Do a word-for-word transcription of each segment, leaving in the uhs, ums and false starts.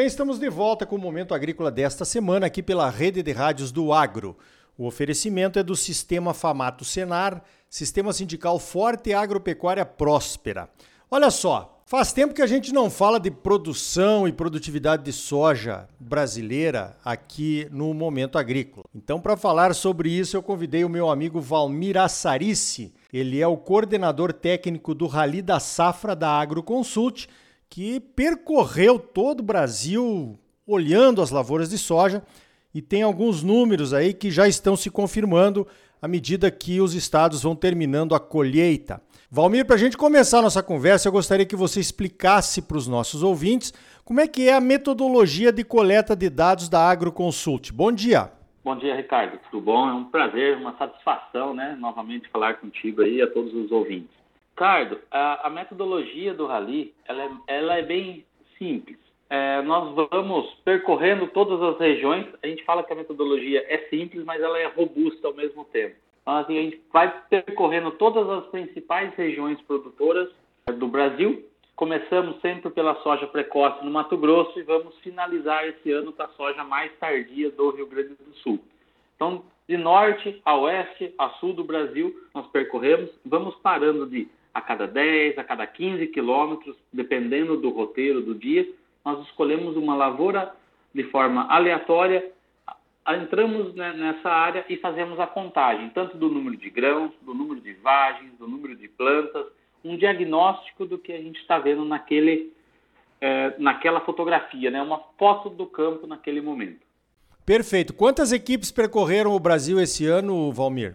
estamos de volta com o Momento Agrícola desta semana aqui pela Rede de Rádios do Agro. O oferecimento é do Sistema Famato Senar, Sistema Sindical Forte e Agropecuária Próspera. Olha só, faz tempo que a gente não fala de produção e produtividade de soja brasileira aqui no Momento Agrícola. Então, para falar sobre isso, eu convidei o meu amigo Valmir Assarici. Ele é o coordenador técnico do Rally da Safra da AgroConsult, que percorreu todo o Brasil olhando as lavouras de soja e tem alguns números aí que já estão se confirmando à medida que os estados vão terminando a colheita. Valmir, para a gente começar a nossa conversa, eu gostaria que você explicasse para os nossos ouvintes como é que é a metodologia de coleta de dados da AgroConsult. Bom dia. Bom dia, Ricardo. Tudo bom? É um prazer, uma satisfação, né, novamente falar contigo aí, a todos os ouvintes. Ricardo, a, a metodologia do Rally, ela é, ela é bem simples. É, nós vamos percorrendo todas as regiões. A gente fala que a metodologia é simples, mas ela é robusta ao mesmo tempo. Então, assim, a gente vai percorrendo todas as principais regiões produtoras do Brasil. Começamos sempre pela soja precoce no Mato Grosso e vamos finalizar esse ano com a soja mais tardia do Rio Grande do Sul. Então, de norte a oeste, a sul do Brasil, nós percorremos, vamos parando de a cada dez, a cada quinze quilômetros, dependendo do roteiro do dia, nós escolhemos uma lavoura de forma aleatória, entramos nessa área e fazemos a contagem, tanto do número de grãos, do número de vagens, do número de plantas, um diagnóstico do que a gente está vendo naquele, é, naquela fotografia, né? Uma foto do campo naquele momento. Perfeito. Quantas equipes percorreram o Brasil esse ano, Valmir?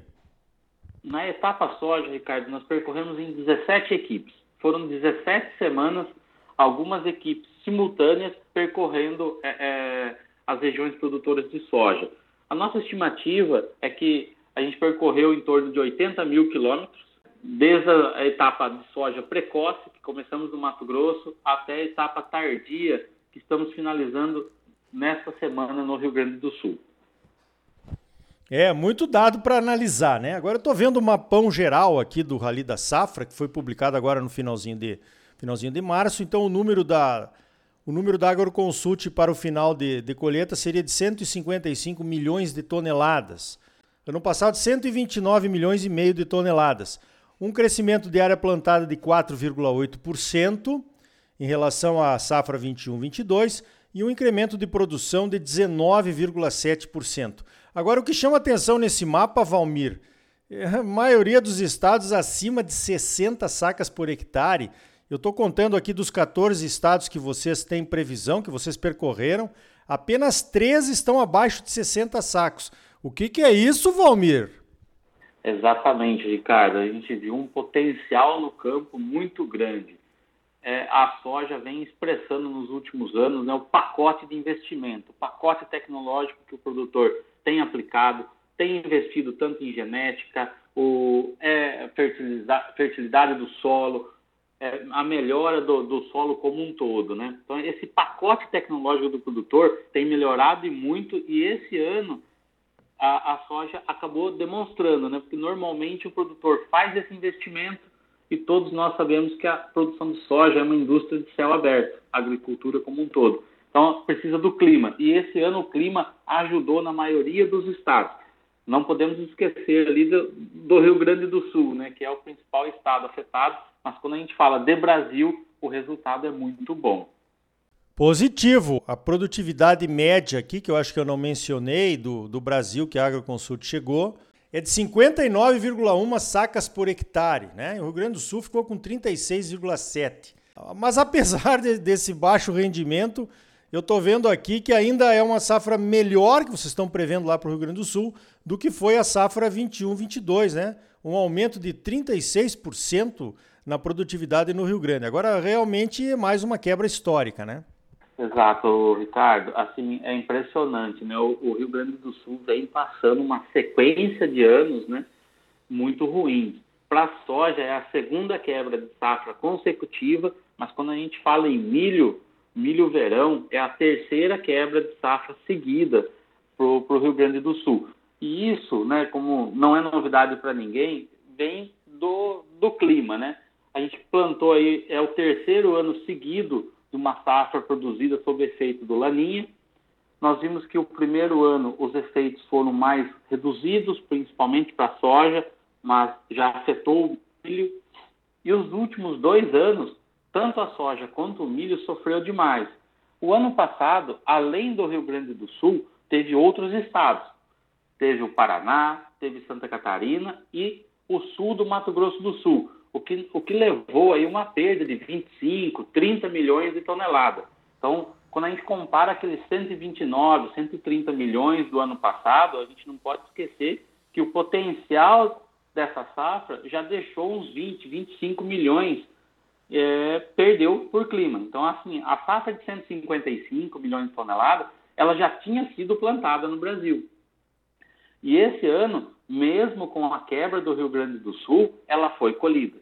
Na etapa soja, Ricardo, nós percorremos em dezessete equipes. Foram dezessete semanas, algumas equipes simultâneas percorrendo é, é, as regiões produtoras de soja. A nossa estimativa é que a gente percorreu em torno de oitenta mil quilômetros, desde a etapa de soja precoce, que começamos no Mato Grosso, até a etapa tardia, que estamos finalizando nesta semana no Rio Grande do Sul. É, muito dado para analisar, né? Agora eu estou vendo o mapão geral aqui do Rally da Safra, que foi publicado agora no finalzinho de, finalzinho de março. Então o número da, o número da AgroConsult para o final de, de colheita seria de cento e cinquenta e cinco milhões de toneladas. Ano passado, cento e vinte e nove milhões e meio de toneladas. Um crescimento de área plantada de quatro vírgula oito por cento em relação à safra vinte e um vinte e dois e um incremento de produção de dezenove vírgula sete por cento. Agora, o que chama atenção nesse mapa, Valmir, é a maioria dos estados acima de sessenta sacas por hectare. Eu estou contando aqui dos quatorze estados que vocês têm previsão, que vocês percorreram, apenas treze estão abaixo de sessenta sacos. O que, que é isso, Valmir? Exatamente, Ricardo. A gente viu um potencial no campo muito grande. É, a soja vem expressando nos últimos anos, né, o pacote de investimento, o pacote tecnológico que o produtor tem aplicado, tem investido tanto em genética, o, é, fertilidade, fertilidade do solo, é, a melhora do, do solo como um todo, né? Então, esse pacote tecnológico do produtor tem melhorado e muito, e esse ano a, a soja acabou demonstrando, né? Porque normalmente o produtor faz esse investimento e todos nós sabemos que a produção de soja é uma indústria de céu aberto, a agricultura como um todo. Então, precisa do clima. E esse ano o clima ajudou na maioria dos estados. Não podemos esquecer ali do, do Rio Grande do Sul, né, que é o principal estado afetado. Mas quando a gente fala de Brasil, o resultado é muito bom. Positivo. A produtividade média aqui, que eu acho que eu não mencionei, do, do Brasil, que a AgroConsult chegou, é de cinquenta e nove vírgula um sacas por hectare, né? O Rio Grande do Sul ficou com trinta e seis vírgula sete. Mas apesar de, desse baixo rendimento, eu estou vendo aqui que ainda é uma safra melhor que vocês estão prevendo lá para o Rio Grande do Sul do que foi a safra vinte e um vinte e dois, né? Um aumento de trinta e seis por cento na produtividade no Rio Grande. Agora, realmente, é mais uma quebra histórica, né? Exato, Ricardo. Assim, é impressionante, né? O, o Rio Grande do Sul vem passando uma sequência de anos, né, muito ruins. Para a soja, é a segunda quebra de safra consecutiva, mas quando a gente fala em milho, milho verão, é a terceira quebra de safra seguida para o Rio Grande do Sul. E isso, né, como não é novidade para ninguém, vem do, do clima, né? A gente plantou aí, é o terceiro ano seguido de uma safra produzida sob efeito do Laninha. Nós vimos que o primeiro ano os efeitos foram mais reduzidos, principalmente para a soja, mas já afetou o milho. E os últimos dois anos, tanto a soja quanto o milho sofreu demais. O ano passado, além do Rio Grande do Sul, teve outros estados. Teve o Paraná, teve Santa Catarina e o sul do Mato Grosso do Sul, o que, o que levou aí uma perda de vinte e cinco, trinta milhões de toneladas. Então, quando a gente compara aqueles cento e vinte e nove, cento e trinta milhões do ano passado, a gente não pode esquecer que o potencial dessa safra já deixou uns vinte, vinte e cinco milhões, é, perdeu por clima. Então, assim, a safra de cento e cinquenta e cinco milhões de toneladas, ela já tinha sido plantada no Brasil. E esse ano, mesmo com a quebra do Rio Grande do Sul, ela foi colhida.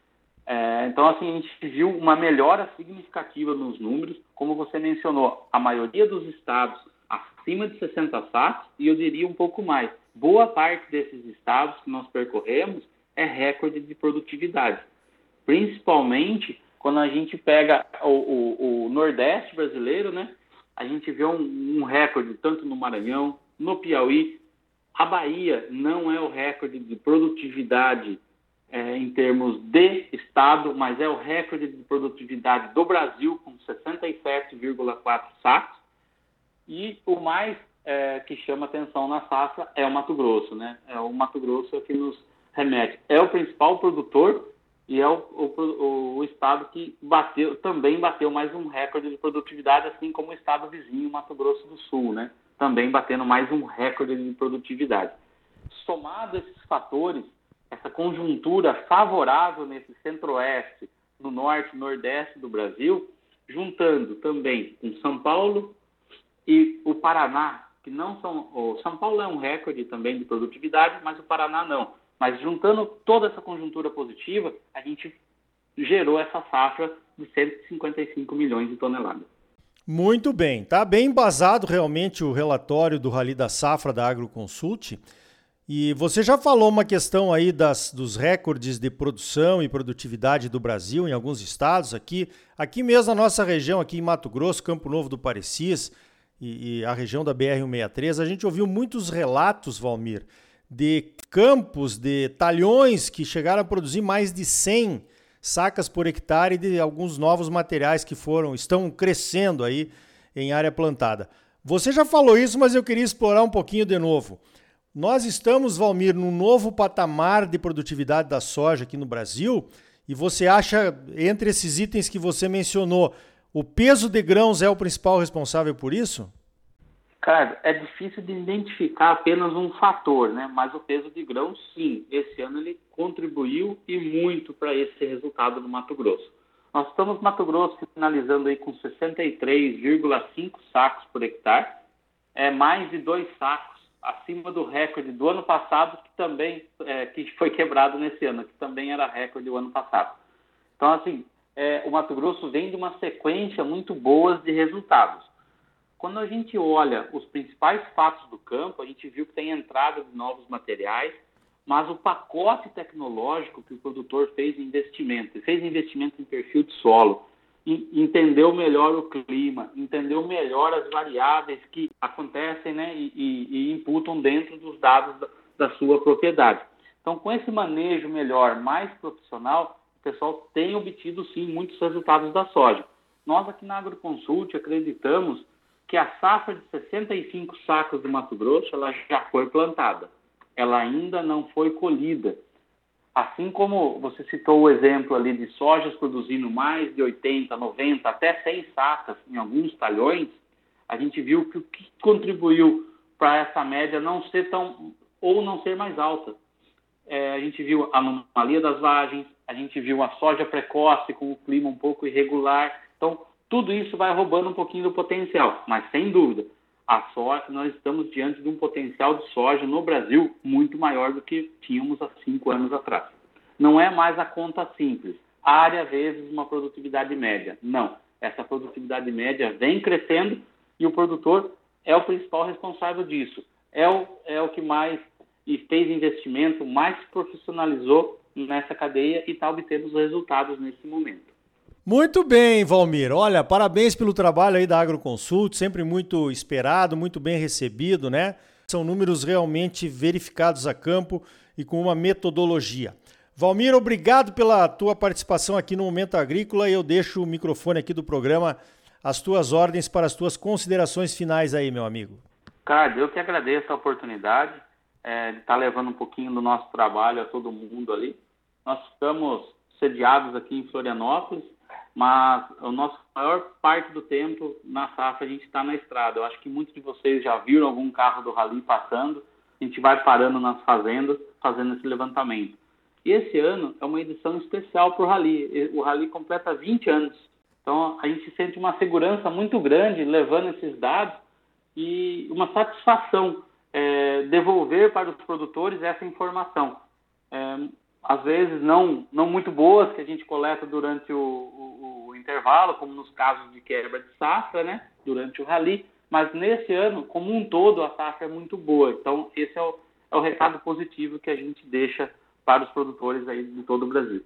É, então, assim, a gente viu uma melhora significativa nos números. Como você mencionou, a maioria dos estados acima de sessenta sacos, e eu diria um pouco mais. Boa parte desses estados que nós percorremos é recorde de produtividade. Principalmente quando a gente pega o, o, o Nordeste brasileiro, né? A gente vê um, um recorde tanto no Maranhão, no Piauí. A Bahia não é o recorde de produtividade é, em termos de estado, mas é o recorde de produtividade do Brasil, com sessenta e sete vírgula quatro sacos. E o mais é, que chama atenção na safra é o Mato Grosso, né? É o Mato Grosso que nos remete. É o principal produtor e é o, o, o estado que bateu, também bateu mais um recorde de produtividade, assim como o estado vizinho, Mato Grosso do Sul, né? Também batendo mais um recorde de produtividade. Somado a esses fatores, essa conjuntura favorável nesse centro-oeste, no norte e nordeste do Brasil, juntando também com São Paulo e o Paraná, que não são... O São Paulo é um recorde também de produtividade, mas o Paraná não. Mas juntando toda essa conjuntura positiva, a gente gerou essa safra de cento e cinquenta e cinco milhões de toneladas. Muito bem, está bem embasado realmente o relatório do Rally da Safra da Agroconsult. E você já falou uma questão aí das, dos recordes de produção e produtividade do Brasil em alguns estados aqui. Aqui mesmo na nossa região, aqui em Mato Grosso, Campo Novo do Parecis e, e a região da B R cento e sessenta e três, a gente ouviu muitos relatos, Valmir, de campos, de talhões que chegaram a produzir mais de cem sacas por hectare de alguns novos materiais que foram, estão crescendo aí em área plantada. Você já falou isso, mas eu queria explorar um pouquinho de novo. Nós estamos, Valmir, num novo patamar de produtividade da soja aqui no Brasil, e você acha, entre esses itens que você mencionou, o peso de grãos é o principal responsável por isso? Cara, é difícil de identificar apenas um fator, né? Mas o peso de grãos, sim. Esse ano ele contribuiu e muito para esse resultado no Mato Grosso. Nós estamos no Mato Grosso finalizando aí com sessenta e três vírgula cinco sacos por hectare. É mais de dois sacos acima do recorde do ano passado, que também é, que foi quebrado nesse ano, que também era recorde do ano passado. Então, assim, é, o Mato Grosso vem de uma sequência muito boa de resultados. Quando a gente olha os principais fatos do campo, a gente viu que tem entrada de novos materiais, mas o pacote tecnológico que o produtor fez em investimento, fez investimento em perfil de solo, entendeu melhor o clima, entendeu melhor as variáveis que acontecem, né, e, e, e imputam dentro dos dados da, da sua propriedade. Então, com esse manejo melhor, mais profissional, o pessoal tem obtido, sim, muitos resultados da soja. Nós aqui na Agroconsult acreditamos que a safra de sessenta e cinco sacos do Mato Grosso ela já foi plantada. Ela ainda não foi colhida. Assim como você citou o exemplo ali de sojas produzindo mais de oitenta, noventa, até cem sacas em alguns talhões, a gente viu que o que contribuiu para essa média não ser tão, ou não ser mais alta. É, a gente viu a anomalia das vagens, a gente viu a soja precoce com o clima um pouco irregular. Então, tudo isso vai roubando um pouquinho do potencial, mas sem dúvida, a soja, nós estamos diante de um potencial de soja no Brasil muito maior do que tínhamos há cinco anos atrás. Não é mais a conta simples, área vezes uma produtividade média. Não, essa produtividade média vem crescendo e o produtor é o principal responsável disso. É o, é o que mais e fez investimento, mais se profissionalizou nessa cadeia e está obtendo os resultados nesse momento. Muito bem, Valmir. Olha, parabéns pelo trabalho aí da Agroconsult, sempre muito esperado, muito bem recebido, né? São números realmente verificados a campo e com uma metodologia. Valmir, obrigado pela tua participação aqui no Momento Agrícola e eu deixo o microfone aqui do programa, as tuas ordens para as tuas considerações finais aí, meu amigo. Cara, eu que agradeço a oportunidade é, de estar levando um pouquinho do nosso trabalho a todo mundo ali. Nós estamos sediados aqui em Florianópolis, mas a nossa maior parte do tempo na safra a gente está na estrada. Eu acho que muitos de vocês já viram algum carro do Rally passando, a gente vai parando nas fazendas, fazendo esse levantamento. E esse ano é uma edição especial para o Rally. O Rally completa vinte anos. Então a gente sente uma segurança muito grande levando esses dados e uma satisfação é, devolver para os produtores essa informação. É, às vezes não, não muito boas, que a gente coleta durante o, o, o intervalo, como nos casos de quebra de safra, né, durante o Rally, mas nesse ano, como um todo, a safra é muito boa. Então, esse é o, é o recado positivo que a gente deixa para os produtores aí de todo o Brasil.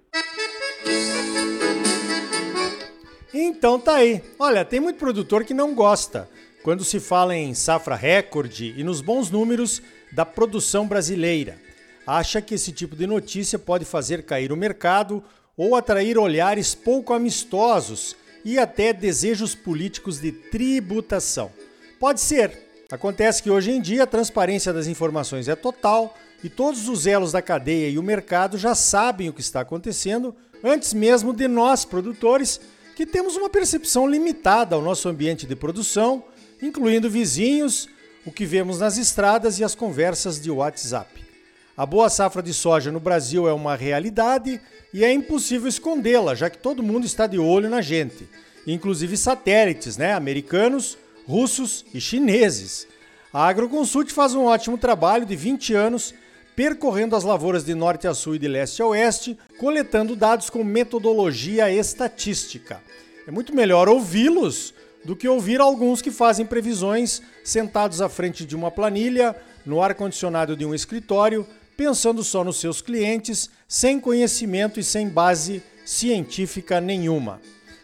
Então tá aí. Olha, tem muito produtor que não gosta quando se fala em safra recorde e nos bons números da produção brasileira. Acha que esse tipo de notícia pode fazer cair o mercado ou atrair olhares pouco amistosos e até desejos políticos de tributação. Pode ser. Acontece que hoje em dia a transparência das informações é total e todos os elos da cadeia e o mercado já sabem o que está acontecendo antes mesmo de nós, produtores, que temos uma percepção limitada ao nosso ambiente de produção, incluindo vizinhos, o que vemos nas estradas e as conversas de WhatsApp. A boa safra de soja no Brasil é uma realidade e é impossível escondê-la, já que todo mundo está de olho na gente, inclusive satélites, né? Americanos, russos e chineses. A Agroconsult faz um ótimo trabalho de vinte anos, percorrendo as lavouras de norte a sul e de leste a oeste, coletando dados com metodologia estatística. É muito melhor ouvi-los do que ouvir alguns que fazem previsões sentados à frente de uma planilha, no ar-condicionado de um escritório, pensando só nos seus clientes, sem conhecimento e sem base científica nenhuma.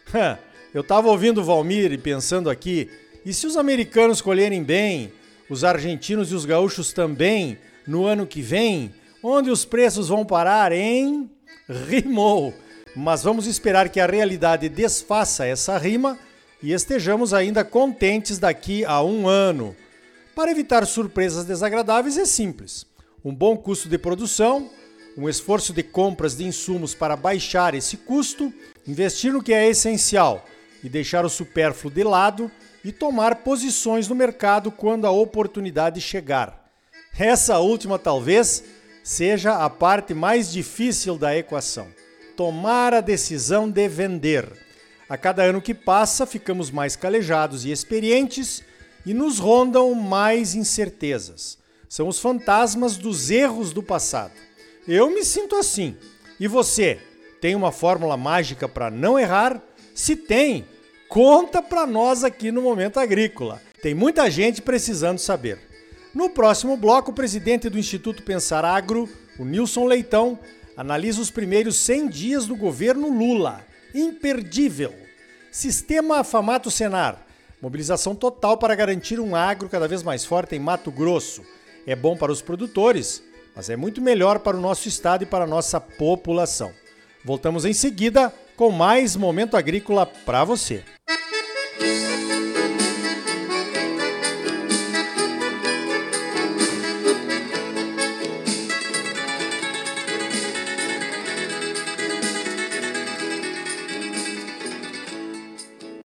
Eu estava ouvindo o Valmir e pensando aqui, e se os americanos colherem bem, os argentinos e os gaúchos também, no ano que vem, onde os preços vão parar, hein? Rimou! Mas vamos esperar que a realidade desfaça essa rima e estejamos ainda contentes daqui a um ano. Para evitar surpresas desagradáveis é simples. Um bom custo de produção, um esforço de compras de insumos para baixar esse custo, investir no que é essencial e deixar o supérfluo de lado e tomar posições no mercado quando a oportunidade chegar. Essa última talvez seja a parte mais difícil da equação. Tomar a decisão de vender. A cada ano que passa, ficamos mais calejados e experientes e nos rondam mais incertezas. São os fantasmas dos erros do passado. Eu me sinto assim. E você, tem uma fórmula mágica para não errar? Se tem, conta para nós aqui no Momento Agrícola. Tem muita gente precisando saber. No próximo bloco, o presidente do Instituto Pensar Agro, o Nilson Leitão, analisa os primeiros cem dias do governo Lula. Imperdível. Sistema Famato Senar. Mobilização total para garantir um agro cada vez mais forte em Mato Grosso. É bom para os produtores, mas é muito melhor para o nosso estado e para a nossa população. Voltamos em seguida com mais Momento Agrícola para você.